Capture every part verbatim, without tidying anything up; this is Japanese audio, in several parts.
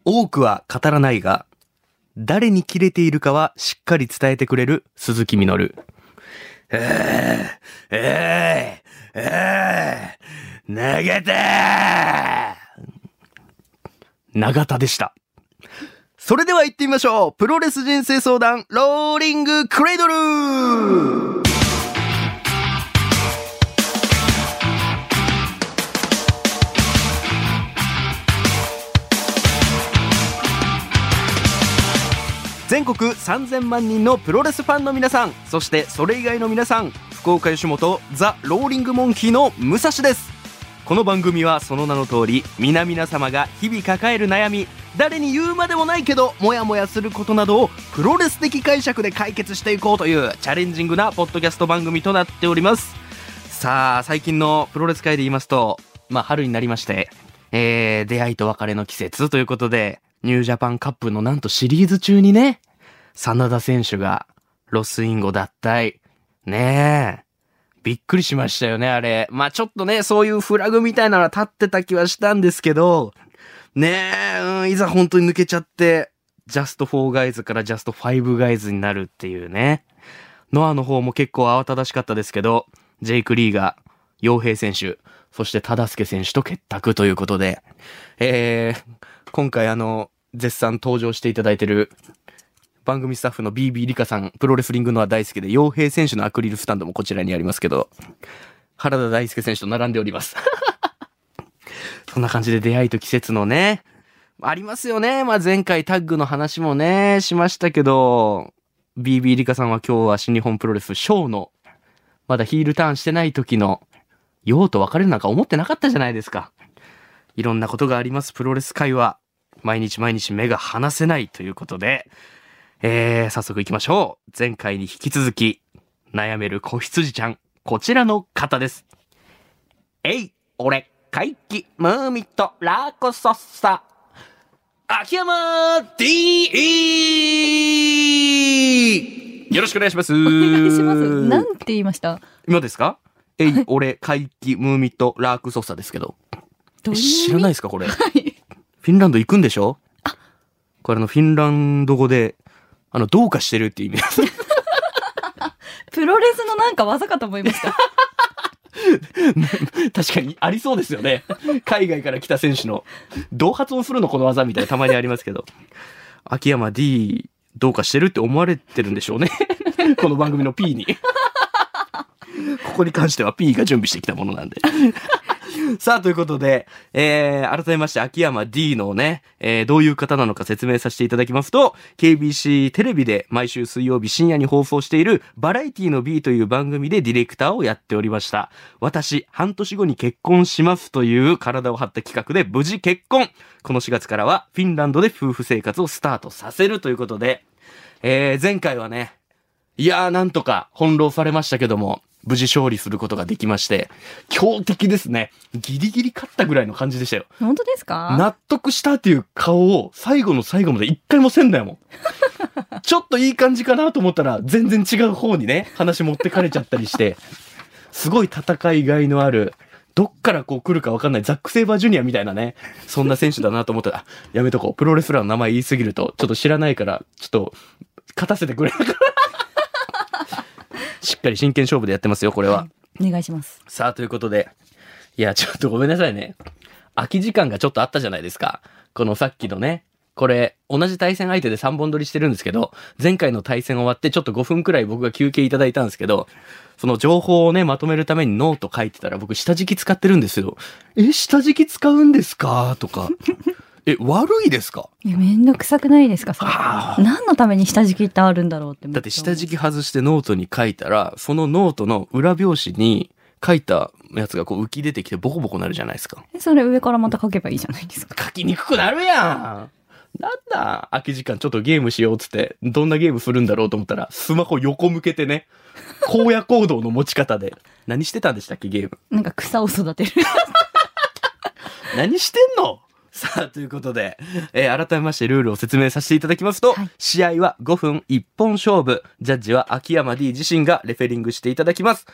多くは語らないが、誰にキレているかはしっかり伝えてくれる鈴木みのる。えー、えー、えー、投げてー永田でした。それでは行ってみましょう。プロレス人生相談、ローリングクレイドル。全国さんぜんまんにんのプロレスファンの皆さん、そしてそれ以外の皆さん、福岡吉本ザ・ローリングモンキーの武蔵です。この番組はその名の通り、皆々様が日々抱える悩み、誰に言うまでもないけどモヤモヤすることなどをプロレス的解釈で解決していこうというチャレンジングなポッドキャスト番組となっております。さあ、最近のプロレス界で言いますと、まあ春になりまして、えー、出会いと別れの季節ということで、ニュージャパンカップのなんとシリーズ中にね、真田選手がロスインゴ脱退。ねえ。びっくりしましたよね、あれ。まあちょっとね、そういうフラグみたいなのは立ってた気はしたんですけど、ねえ、うん、いざ本当に抜けちゃって、ジャストフォーガイズからジャストファイブガイズになるっていうね。ノアの方も結構慌ただしかったですけど、ジェイク・リーが、陽平選手、そして忠介選手と結託ということで、えー、今回あの、絶賛登場していただいてる、番組スタッフの ビービー リカさん、プロレスリングのは大好きで、陽平選手のアクリルスタンドもこちらにありますけど、原田大輔選手と並んでおります。そんな感じで出会いと季節のね、ありますよね。まあ前回タッグの話もね、しましたけど、ビービー リカさんは今日は新日本プロレスショーの、まだヒールターンしてない時の、陽と別れるなんか思ってなかったじゃないですか。いろんなことがありますプロレス界は、毎日毎日目が離せないということで、えー、早速行きましょう。前回に引き続き、悩める子羊ちゃん、こちらの方です。えい、俺、怪奇、ムーミット、ラコソッサ、秋山 ディー！ よろしくお願いします。お願いします。なんて言いました？ 今ですか？えい、俺、怪奇、ムーミット、ラークソッサですけど。 どういう意味？ 知らないですかこれ。 はい。 フィンランド行くんでしょ？これあの、フィンランド語で、あの、どうかしてるっていう意味です。 プロレスのなんか技かと思いました。 確かにありそうですよね。海外から来た選手の、どう発音するのこの技みたいなたまにありますけど。秋山 D、どうかしてるって思われてるんでしょうね。この番組の P に。ここに関しては P が準備してきたものなんで。さあ、ということで、えー、改めまして、秋山 D のね、えー、どういう方なのか説明させていただきますと、ケービーシー テレビで毎週水曜日深夜に放送しているバラエティの B という番組でディレクターをやっておりました。私、半年後に結婚しますという体を張った企画で無事結婚。このしがつからはフィンランドで夫婦生活をスタートさせるということで、えー、前回はね、いやーなんとか翻弄されましたけども、無事勝利することができまして、強敵ですね。ギリギリ勝ったぐらいの感じでしたよ。 本当ですか？ 納得したっていう顔を最後の最後まで一回もせんだよもん。ちょっといい感じかなと思ったら全然違う方にね、話持ってかれちゃったりして、すごい戦いがいのある、どっからこう来るか分かんないザック・セイバージュニアみたいなね、そんな選手だなと思ったら、やめとこう。プロレスラーの名前言いすぎると、ちょっと知らないから、ちょっと、勝たせてくれなかった。しっかり真剣勝負でやってますよ、これは。 はい、お願いします。 さあ、ということで。いや、ちょっとごめんなさいね。空き時間がちょっとあったじゃないですか。このさっきのね。これ、同じ対戦相手でさんぼん撮りしてるんですけど、前回の対戦終わってちょっとごふんくらい僕が休憩いただいたんですけど、その情報をね、まとめるためにノート書いてたら僕下敷き使ってるんですよ。え、下敷き使うんですかとか。え、悪いですか？ いや、めんどくさくないですかそれ。 あ何のために下敷きってあるんだろうって。 だって下敷き外してノートに書いたら、そのノートの裏表紙に書いたやつがこう浮き出てきてボコボコなるじゃないですか。 それ上からまた書けばいいじゃないですか。 書きにくくなるやん。なんだ空き時間ちょっとゲームしようっつって、どんなゲームするんだろうと思ったら、スマホ横向けてね、荒野行動の持ち方で。何してたんでしたっけ、ゲーム。 なんか草を育てる。 何してんの？さあ、ということで、えー、改めましてルールを説明させていただきますと、はい、試合はごふんいっぽん勝負。ジャッジは秋山 D 自身がレフェリングしていただきます。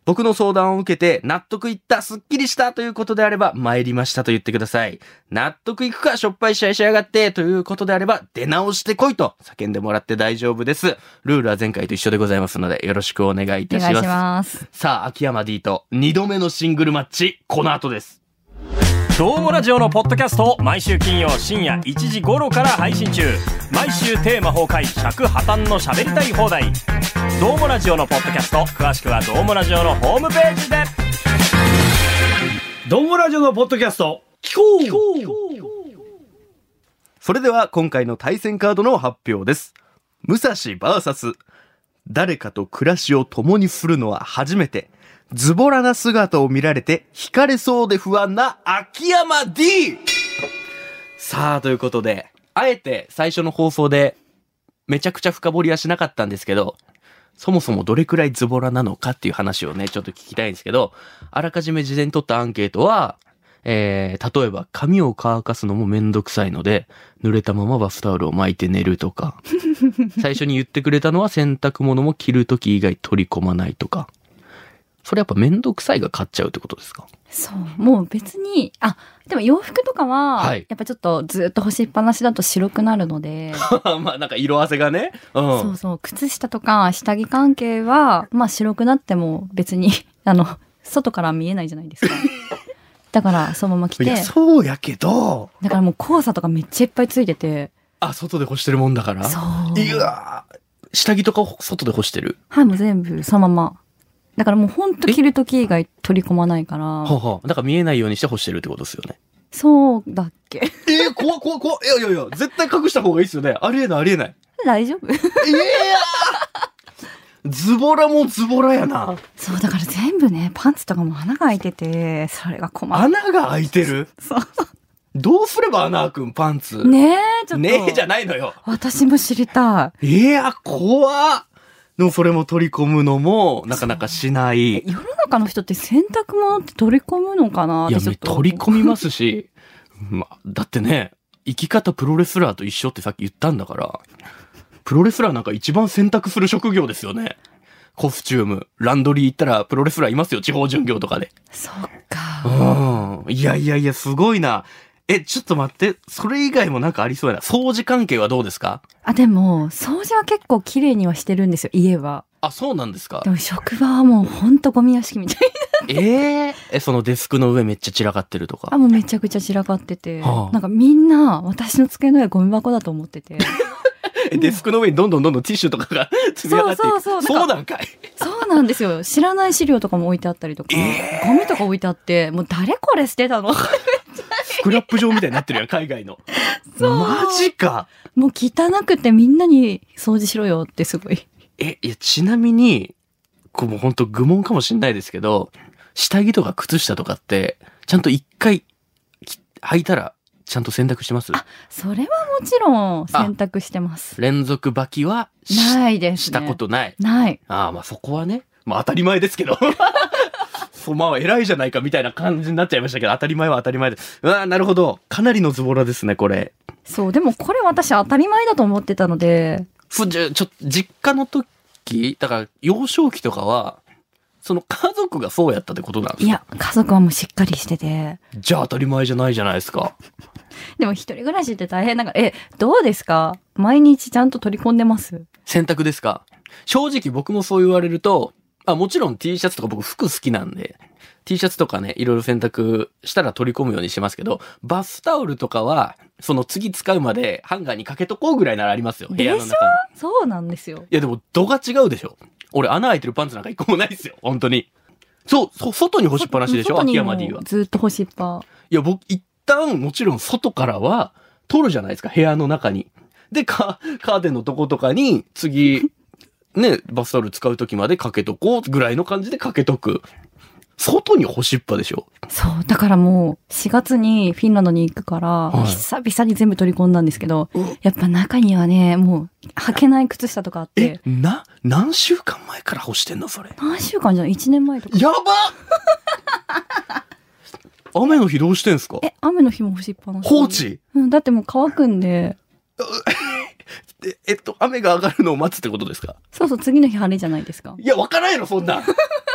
僕の相談を受けて納得いった、すっきりしたということであれば参りましたと言ってください。納得いくかしょっぱい試合しやがってということであれば出直してこいと叫んでもらって大丈夫です。ルールは前回と一緒でございますのでよろしくお願いいたします。 お願いします。 さあ秋山 D とにどめのシングルマッチ、この後です。 どうもラジオのポッドキャストを毎週金曜深夜いちじ頃から配信中。毎週テーマ崩壊、尺破綻の喋りたい放題。どうもラジオのポッドキャスト、詳しくはどうもラジオのホームページで。 どうもラジオのポッドキャスト聞こう聞こう。 それでは今回の対戦カードの発表です。武蔵 ブイエス 誰かと暮らしを共にするのは初めて、ズボラな姿を見られて惹かれそうで不安な秋山 D。 さあということで、あえて最初の放送でめちゃくちゃ深掘りはしなかったんですけど、そもそもどれくらいズボラなのかっていう話をねちょっと聞きたいんですけど、あらかじめ事前に取ったアンケートは、えー、例えば髪を乾かすのもめんどくさいので濡れたままバスタオルを巻いて寝るとか最初に言ってくれたのは洗濯物も着るとき以外取り込まないとか。それやっぱめんどくさいが勝っちゃうってことですか？ そう、もう別に、あ、でも洋服とかは、 はいやっぱちょっとずっと干しっぱなしだと白くなるので、 まあなんか色あせがね、うん、 そうそう、靴下とか下着関係は、まあ白くなっても別に、あの、外から見えないじゃないですか。だからそのまま着て、 いやそうやけど、 だからもう黄砂とかめっちゃいっぱいついてて、 あ、外で干してるもんだから。 そう。 いや下着とか外で干してる？ はい、もう全部そのまま。だからもうほんと着るとき以外取り込まないから。ははだから見えないようにして干してるってことですよね。 そうだっけ？ えー、怖怖怖いやいやいや、絶対隠した方がいいですよね。ありえないありえない。 大丈夫？ ええー、ズボラもズボラやな。 そう、だから全部ね、パンツとかも穴が開いてて、それが困る。 穴が開いてる？ そう。 どうすれば穴開くんパンツ。 ねえ、ちょっと。 ねえじゃないのよ。 私も知りたい。いや、怖っ。でもそれも取り込むのもなかなかしない。 世の中の人って洗濯物って取り込むのかなっていや、 ちょっと。 取り込みますし、まあ、だってね、生き方プロレスラーと一緒ってさっき言ったんだから、プロレスラーなんか一番選択する職業ですよね。コスチューム、ランドリー行ったらプロレスラーいますよ、地方巡業とかで。 そっか。 うん。いやいやいや、すごいな。え、ちょっと待って、それ以外もなんかありそうやな。掃除関係はどうですか？ あ、でも、掃除は結構綺麗にはしてるんですよ、家は。 あ、そうなんですか？ でも職場はもうほんとゴミ屋敷みたいな。 えー、え、そのデスクの上めっちゃ散らかってるとか。 あ、もうめちゃくちゃ散らかってて、 はあ、 なんかみんな私の机の上ゴミ箱だと思ってて。 デスクの上にどんどんどんどんティッシュとかが積み上がっていく。 そうそうそう。 そうなんかい。 そうなんですよ。知らない資料とかも置いてあったりとか、えー、ゴミとか置いてあって、もう誰これ捨てたの？ スクラップ場みたいになってるやん、海外の。そう。マジか。 もう汚くてみんなに掃除しろよってすごい。 え、いや、ちなみに、こうもうほんと愚問かもしんないですけど、下着とか靴下とかって、ちゃんと一回履いたら、ちゃんと洗濯してます？ あ、それはもちろん洗濯してます。 連続履きはないですね。 したことない。 ない。 ああ、まあそこはね、まあ当たり前ですけど。そう、まあ偉いじゃないかみたいな感じになっちゃいましたけど、当たり前は当たり前で。うわー、なるほど。かなりのズボラですね、これ。 そう、でもこれ私当たり前だと思ってたので。 ふじゃ、ちょ、実家の時、だから幼少期とかは、その家族がそうやったってことなんですか？ いや、家族はもうしっかりしてて。 じゃあ当たり前じゃないじゃないですか。 でも一人暮らしって大変だから、え、どうですか？毎日ちゃんと取り込んでます？ 洗濯ですか？正直僕もそう言われると、あ、もちろん T シャツとか僕服好きなんで、T シャツとかね、いろいろ洗濯したら取り込むようにしますけど、バスタオルとかは、その次使うまでハンガーにかけとこうぐらいならありますよ、部屋の中に。 でしょ？そうなんですよ。 いやでも度が違うでしょ。俺穴開いてるパンツなんか一個もないですよ、本当に。そう、そ、外に干しっぱなしでしょ、秋山 D は。 ずっと干しっぱ。 いや、僕、一旦、もちろん外からは、取るじゃないですか、部屋の中に。で、カーテンのとことかに、次、ね、バスタオル使う時までかけとこうぐらいの感じでかけとく。外に干しっぱでしょ。 そう、だからもう、しがつにフィンランドに行くから、 はい、 久々に全部取り込んだんですけど、やっぱ中にはね、もう、履けない靴下とかあって。 え、な、何週間前から干してんのそれ。 何週間じゃない？いちねんまえとか。 やば雨の日どうしてんすか？ え、雨の日も干しっぱなし。 放置？ うん、だってもう乾くんで。 え、えっと、雨が上がるのを待つってことですか？ そうそう、次の日晴れじゃないですか。 いや、わからんやろ、そんな。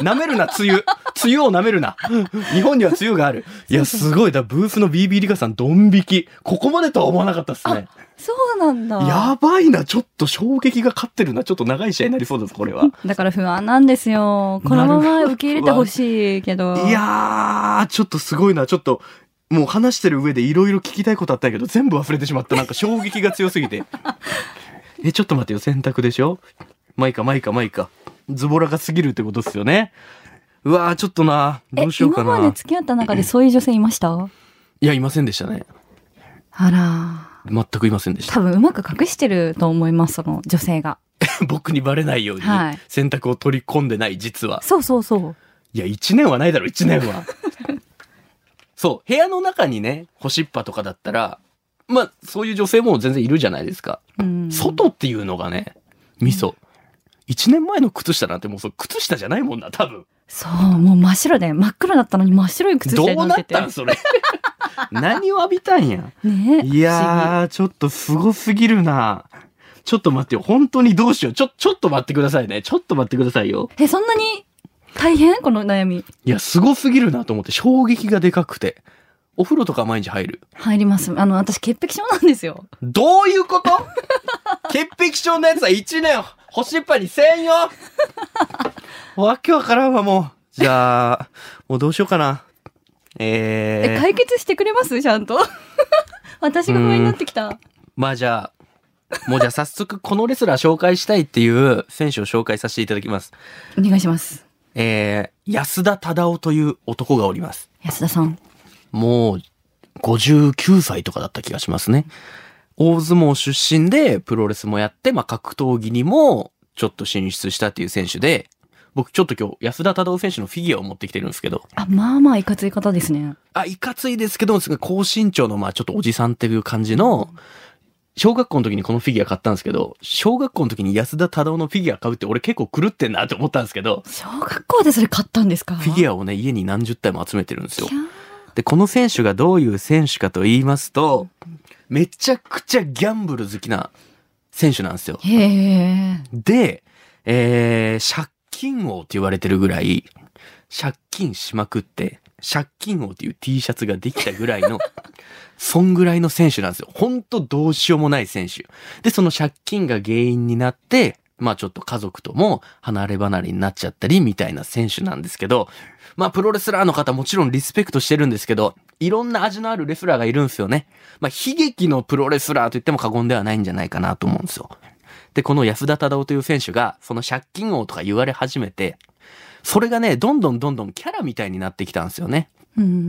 舐めるな、梅雨。梅雨を舐めるな。日本には梅雨がある。いや、すごい。だ、ブースの ビービー リカさん、ドン引き。ここまでとは思わなかったっすね。 そうなんだ。 やばいな。ちょっと衝撃が勝ってるな。ちょっと長い試合になりそうです、これは。 だから不安なんですよ。このまま受け入れてほしいけど。 いやー、ちょっとすごいな。ちょっと、もう話してる上でいろいろ聞きたいことあったけど、全部忘れてしまった。なんか衝撃が強すぎて。え、ちょっと待ってよ。選択でしょ？まあいいか、まあいいか、まあいいか。ズボラが過ぎるってことですよね。うわー、ちょっとな。どうしようかな。 今まで付き合った中でそういう女性いました？ いや、いませんでしたね。 あら。 全くいませんでした。 多分うまく隠してると思います、その女性が。 僕にバレないように選択を取り込んでない、実は。 そうそうそう。 いや、一年はないだろ、一年は。そう、部屋の中にね、干しっぱとかだったら、まあ、そういう女性も全然いるじゃないですか。うん、外っていうのがね、ミソ。一、うん、年前の靴下なんてもうそう、靴下じゃないもんな、多分。 そう、もう真っ白で、真っ黒だったのに真っ白い靴下になってて。 どうなったんそれ。何を浴びたんや。 ね、 いやー、ちょっとすごすぎるな。ちょっと待ってよ。本当にどうしよう。ちょ、ちょっと待ってくださいね。ちょっと待ってくださいよ。 え、そんなに大変？この悩み。 いや、すごすぎるなと思って、衝撃がでかくて。お風呂とか毎日入る？ 入ります。あの、私、潔癖症なんですよ。 どういうこと？潔癖症のやつは一年干しっぱにせんよ。わけわからんわ、もう。じゃあ、もうどうしようかな。えー、 え、解決してくれます？ちゃんと。私が不安になってきた。 まあじゃあ、もうじゃあ早速このレスラー紹介したいっていう選手を紹介させていただきます。 お願いします。 えー、安田忠夫という男がおります。 安田さん。 もうごじゅうきゅうさいとかだった気がしますね。大相撲出身でプロレスもやって、まあ格闘技にもちょっと進出したっていう選手で、僕ちょっと今日安田忠夫選手のフィギュアを持ってきてるんですけど。 あ、まあまあいかつい方ですね。 あ、いかついですけど、高身長のまあちょっとおじさんっていう感じの、小学校の時にこのフィギュア買ったんですけど、小学校の時に安田忠夫のフィギュア買うって俺結構狂ってんなって思ったんですけど。 小学校でそれ買ったんですか？ フィギュアをね、家に何十体も集めてるんですよ。で、この選手がどういう選手かと言いますと、めちゃくちゃギャンブル好きな選手なんですよ。 へー。 で、えー、借金王って言われてるぐらい、借金しまくって、借金王っていう T シャツができたぐらいの、そんぐらいの選手なんですよ。ほんとどうしようもない選手。で、その借金が原因になって、まあちょっと家族とも離れ離れになっちゃったりみたいな選手なんですけど、まあプロレスラーの方もちろんリスペクトしてるんですけど、いろんな味のあるレスラーがいるんですよね。まあ悲劇のプロレスラーと言っても過言ではないんじゃないかなと思うんですよ。で、この安田忠夫という選手が、その借金王とか言われ始めて、それがね、どんどんどんどんキャラみたいになってきたんですよね。 うん。 うん。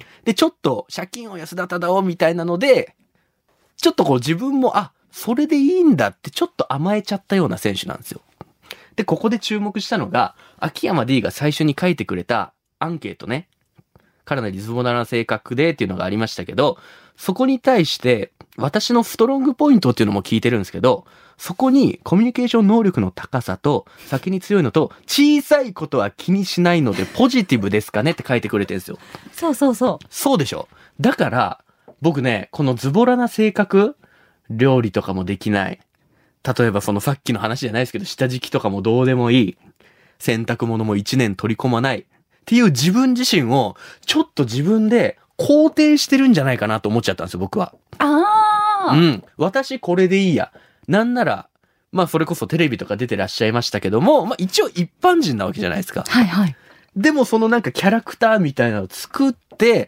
で、ちょっと借金王安田忠夫みたいなので、ちょっとこう自分も、あ、それでいいんだってちょっと甘えちゃったような選手なんですよ。で、ここで注目したのが、秋山 D が最初に書いてくれたアンケートね。かなりズボラな性格でっていうのがありましたけど、そこに対して私のストロングポイントっていうのも聞いてるんですけど、そこにコミュニケーション能力の高さと先に強いのと小さいことは気にしないのでポジティブですかねって書いてくれてるんですよ。 そうそうそう。 そうでしょ。だから僕ね、このズボラな性格、料理とかもできない。例えばそのさっきの話じゃないですけど、下敷きとかもどうでもいい。洗濯物も一年取り込まない。っていう自分自身をちょっと自分で肯定してるんじゃないかなと思っちゃったんですよ、僕は。 ああ。 うん。私これでいいや。なんなら、まあそれこそテレビとか出てらっしゃいましたけども、まあ一応一般人なわけじゃないですか。 はいはい。 でもそのなんかキャラクターみたいなのを作って、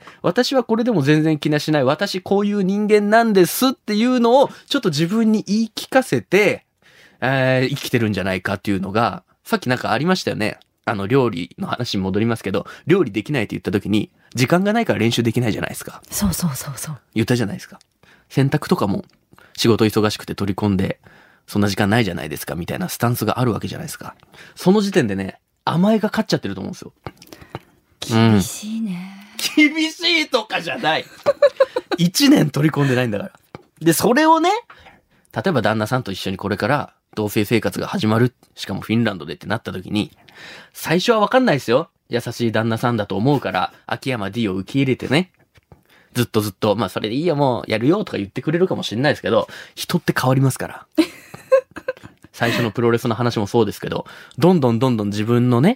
私はこれでも全然気なしない。私こういう人間なんですっていうのをちょっと自分に言い聞かせて、えー、生きてるんじゃないかっていうのが、さっきなんかありましたよね。あの料理の話に戻りますけど、料理できないって言った時に、時間がないから練習できないじゃないですか。 そうそうそうそう。 言ったじゃないですか。洗濯とかも仕事忙しくて取り込んで、そんな時間ないじゃないですかみたいなスタンスがあるわけじゃないですか。その時点でね、甘えが勝っちゃってると思うんですよ。 厳しいね。 うん、厳しいとかじゃない。一年取り込んでないんだから。で、それをね、例えば旦那さんと一緒にこれから同棲生活が始まる。しかもフィンランドでってなった時に、最初はわかんないですよ。優しい旦那さんだと思うから、秋山 D を受け入れてね。ずっとずっと、まあそれでいいよもうやるよとか言ってくれるかもしれないですけど、人って変わりますから。最初のプロレスの話もそうですけど、どんどんどんどん自分のね、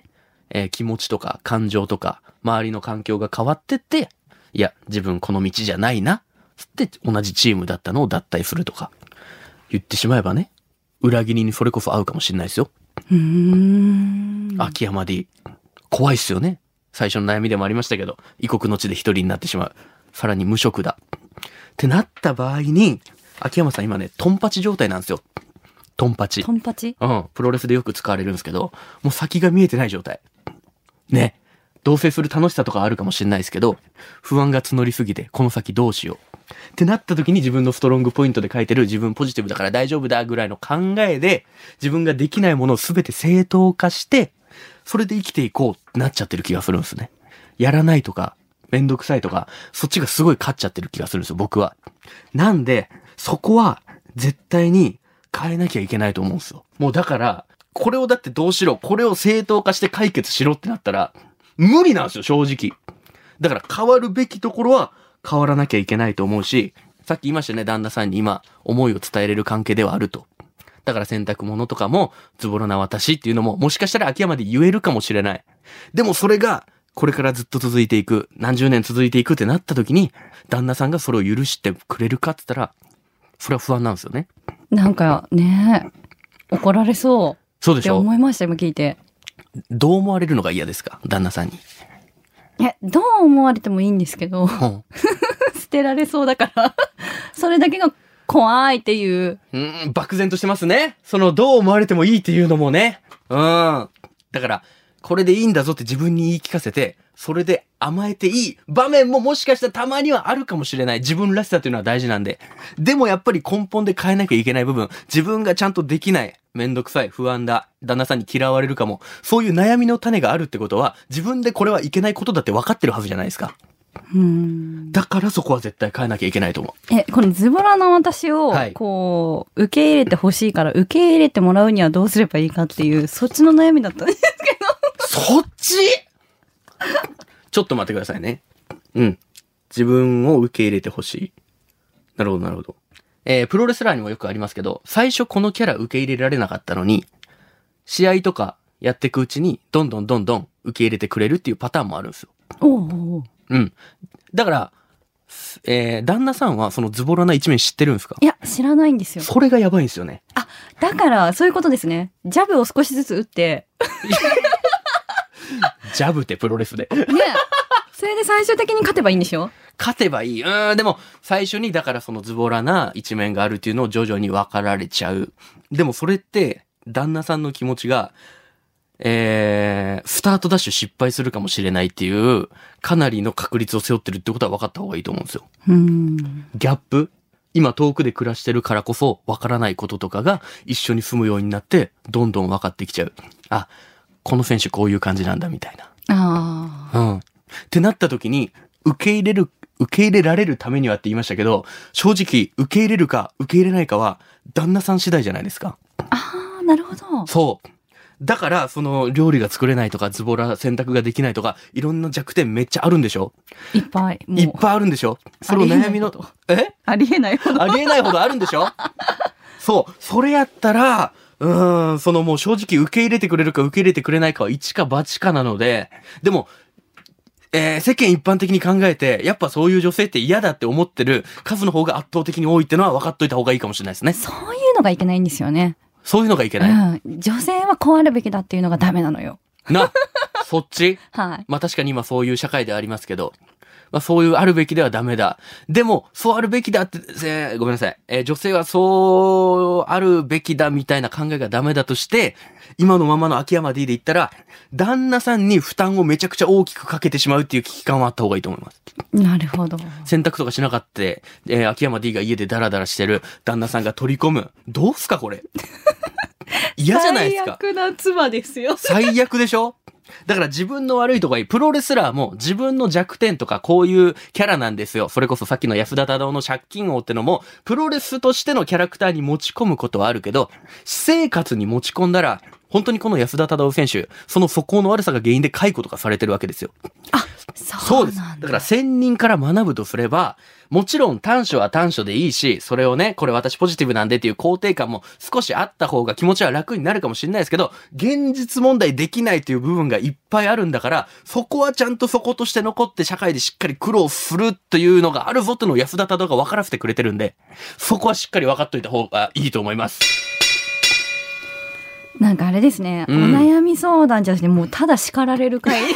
えー気持ちとか感情とか、周りの環境が変わってって、いや、自分この道じゃないな、つって同じチームだったのを脱退するとか、言ってしまえばね、裏切りにそれこそ合うかもしれないですよ。 うーん。 秋山 D。怖いっすよね。最初の悩みでもありましたけど、異国の地で一人になってしまう。さらに無職だ。ってなった場合に、秋山さん今ね、トンパチ状態なんですよ。トンパチ。 トンパチうん。プロレスでよく使われるんですけど、もう先が見えてない状態。ね。同棲する楽しさとかあるかもしれないですけど、不安が募りすぎて、この先どうしよう。ってなった時に自分のストロングポイントで書いてる自分ポジティブだから大丈夫だぐらいの考えで、自分ができないものを全て正当化して、それで生きていこうってなっちゃってる気がするんですね。やらないとか、めんどくさいとか、そっちがすごい勝っちゃってる気がするんですよ、僕は。なんで、そこは絶対に変えなきゃいけないと思うんですよ。もうだから、これをだってどうしろ、これを正当化して解決しろってなったら、無理なんですよ、正直。だから変わるべきところは変わらなきゃいけないと思うし、さっき言いましたね、旦那さんに今、思いを伝えれる関係ではあると。だから洗濯物とかも、ズボラな私っていうのも、もしかしたら秋山で言えるかもしれない。でもそれが、これからずっと続いていく、何十年続いていくってなった時に、旦那さんがそれを許してくれるかって言ったら、それは不安なんですよね。 なんかね、怒られそう。ってそうでしょ？ 思いました、今聞いて。 どう思われるのが嫌ですか？旦那さんに。 え、どう思われてもいいんですけど、 うん、 捨てられそうだから、それだけが怖いっていう。 うーん、漠然としてますね。その、どう思われてもいいっていうのもね。うん。だから、これでいいんだぞって自分に言い聞かせて、それで甘えていい場面ももしかしたらたまにはあるかもしれない。自分らしさというのは大事なんで。でもやっぱり根本で変えなきゃいけない部分、自分がちゃんとできない、めんどくさい、不安だ、旦那さんに嫌われるかも、そういう悩みの種があるってことは、自分でこれはいけないことだって分かってるはずじゃないですか。 うーん。 だからそこは絶対変えなきゃいけないと思う。 え、このズボラな私をはい、 こう、受け入れてほしいから、受け入れてもらうにはどうすればいいかっていう、そっちの悩みだったんですけど。 そっちちょっと待ってくださいね。うん。自分を受け入れてほしい。なるほど、なるほど。えー、プロレスラーにもよくありますけど、最初このキャラ受け入れられなかったのに、試合とかやっていくうちに、どんどんどんどん受け入れてくれるっていうパターンもあるんですよ。 おうおう。 うん。だから、えー、旦那さんはそのズボラな一面知ってるんですか？ いや、知らないんですよ。 それがやばいんですよね。 あ、だから、そういうことですね。ジャブを少しずつ打って、 ジャブってプロレスで。 ね。それで最終的に勝てばいいんでしょ？ 勝てばいい。うーん、でも、最初にだからそのズボラな一面があるっていうのを徐々に分かられちゃう。でもそれって、旦那さんの気持ちが、えー、スタートダッシュ失敗するかもしれないっていう、かなりの確率を背負ってるってことは分かった方がいいと思うんですよ。 うーん。 ギャップ？今遠くで暮らしてるからこそ分からないこととかが一緒に住むようになって、どんどん分かってきちゃう。あ、この選手こういう感じなんだみたいな。 ああ。 うん。ってなった時に、受け入れる、受け入れられるためにはって言いましたけど、正直、受け入れるか、受け入れないかは、旦那さん次第じゃないですか。 ああ、なるほど。 そう。だから、その、料理が作れないとか、ズボラ洗濯ができないとか、いろんな弱点めっちゃあるんでしょ？ いっぱい。もういっぱいあるんでしょ？その悩みの、え？ ありえないほど。 ありえないほどあるんでしょ？そう。それやったら、うーん、そのもう正直受け入れてくれるか受け入れてくれないかは一か八かなので、でも、えー、世間一般的に考えて、やっぱそういう女性って嫌だって思ってる数の方が圧倒的に多いってのは分かっといた方がいいかもしれないですね。 そういうのがいけないんですよね。 そういうのがいけない。 うん。女性はこうあるべきだっていうのがダメなのよ。 な、そっち？ はい。 まあ確かに今そういう社会でありますけど、まあそういうあるべきではダメだ。でも、そうあるべきだって、えーごめんなさい。えー女性はそうあるべきだみたいな考えがダメだとして、今のままの秋山 D で言ったら、旦那さんに負担をめちゃくちゃ大きくかけてしまうっていう危機感はあった方がいいと思います。 なるほど。 洗濯とかしなかった、えー秋山 D が家でダラダラしてる旦那さんが取り込む。どうすかこれ。嫌じゃないですか。 最悪な妻ですよ。 最悪でしょ？だから自分の悪いとこがいい。プロレスラーも自分の弱点とかこういうキャラなんですよ。それこそさっきの安田忠雄の借金王ってのも、プロレスとしてのキャラクターに持ち込むことはあるけど、私生活に持ち込んだら、 本当にこの安田忠雄選手、その素行の悪さが原因で解雇とかされてるわけですよ。 あ、そうなんだ。 そうです。だから専任から学ぶとすれば、もちろん短所は短所でいいし、それをね、これ私ポジティブなんでっていう肯定感も少しあった方が気持ちは楽になるかもしれないですけど、現実問題できないという部分がいっぱいあるんだから、そこはちゃんとそことして残って社会でしっかり苦労するというのがあるぞっていうのを安田忠雄が分からせてくれてるんで、そこはしっかり分かっといた方がいいと思います。 なんかあれですね、 うん、 お悩み相談じゃなくてもうただ叱られる回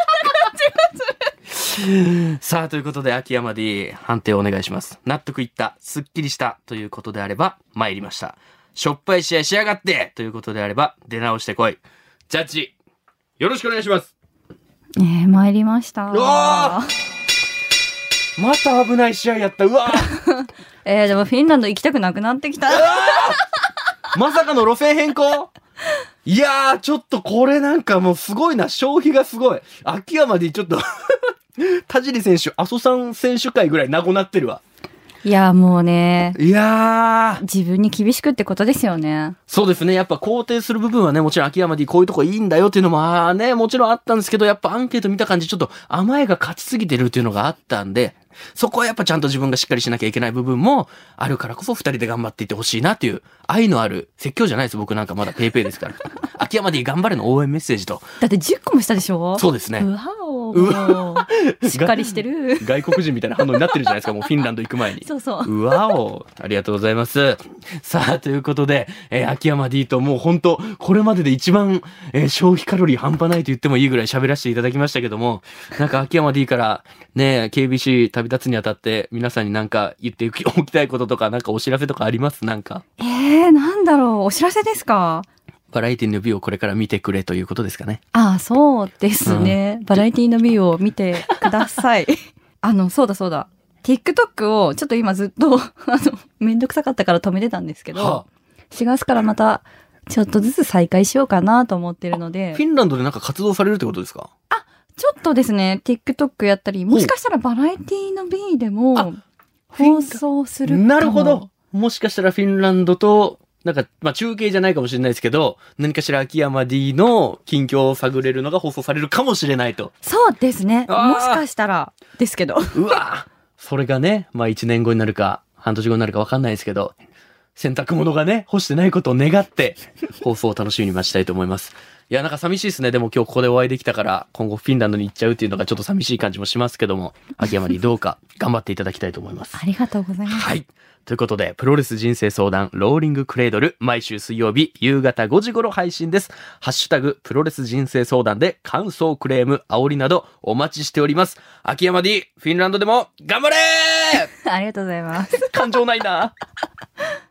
さあということで秋山 D 判定をお願いします。納得いった、すっきりしたということであれば参りました。しょっぱい試合しやがってということであれば出直してこい。ジャッジよろしくお願いします。 えー、参りました。 うわまた危ない試合やった。うわえー、でもフィンランド行きたくなくなってきた。 まさかの路線変更。いやーちょっとこれなんかもうすごいな、消費がすごい。秋山 D ちょっと田尻選手、阿蘇山選手会ぐらいなごなってるわ。 いやもうね、 いやー自分に厳しくってことですよね。 そうですね。やっぱ肯定する部分はね、もちろん秋山 D こういうとこいいんだよっていうのもあーね、もちろんあったんですけど、やっぱアンケート見た感じちょっと甘えが勝ちすぎてるっていうのがあったんで、そこはやっぱちゃんと自分がしっかりしなきゃいけない部分もあるからこそ二人で頑張っていってほしいなっていう愛のある説教じゃないです。僕なんかまだペーペーですから。秋山 D 頑張れの応援メッセージと。 だってじゅっこもしたでしょ。 そうですね。 うわおーしっかりしてる。 外国人みたいな反応になってるじゃないですか。もうフィンランド行く前に。 そうそう。 うわお。ありがとうございます。さあ、ということで、えー、秋山 D ともう本当これまでで一番、えー、消費カロリー半端ないと言ってもいいぐらい喋らせていただきましたけども、なんか秋山 D からね、ケービーシー 旅立つにあたって皆さんになんか言っておきたいこととか、なんかお知らせとかあります？なんか。 えー、なんだろう。お知らせですか？ バラエティの美をこれから見てくれということですかね。 ああ、そうですね。うん、バラエティの美を見てください。あの、そうだそうだ。TikTok をちょっと今ずっと、あの、めんどくさかったから止めてたんですけど、はあ、しがつからまたちょっとずつ再開しようかなと思ってるので。 フィンランドでなんか活動されるってことですか？ あ、ちょっとですね、TikTok やったり、もしかしたらバラエティの美でも放送するかも。 なるほど。もしかしたらフィンランドと、なんか、まあ、中継じゃないかもしれないですけど、何かしら秋山 D の近況を探れるのが放送されるかもしれないと。 そうですね。もしかしたらですけど。 うわそれがね、まあ、いちねんごになるか、半年後になるか分かんないですけど、洗濯物がね、干してないことを願って、放送を楽しみに待ちたいと思います。いや、なんか寂しいですね。でも今日ここでお会いできたから、今後フィンランドに行っちゃうっていうのがちょっと寂しい感じもしますけども、秋山 D どうか頑張っていただきたいと思います。 ありがとうございます。 はい。ということで、プロレス人生相談、ローリングクレードル、毎週水曜日、夕方ごじ頃配信です。ハッシュタグ、プロレス人生相談で、感想、クレーム、煽りなど、お待ちしております。秋山 D、フィンランドでも、頑張れーありがとうございます。 感情ないな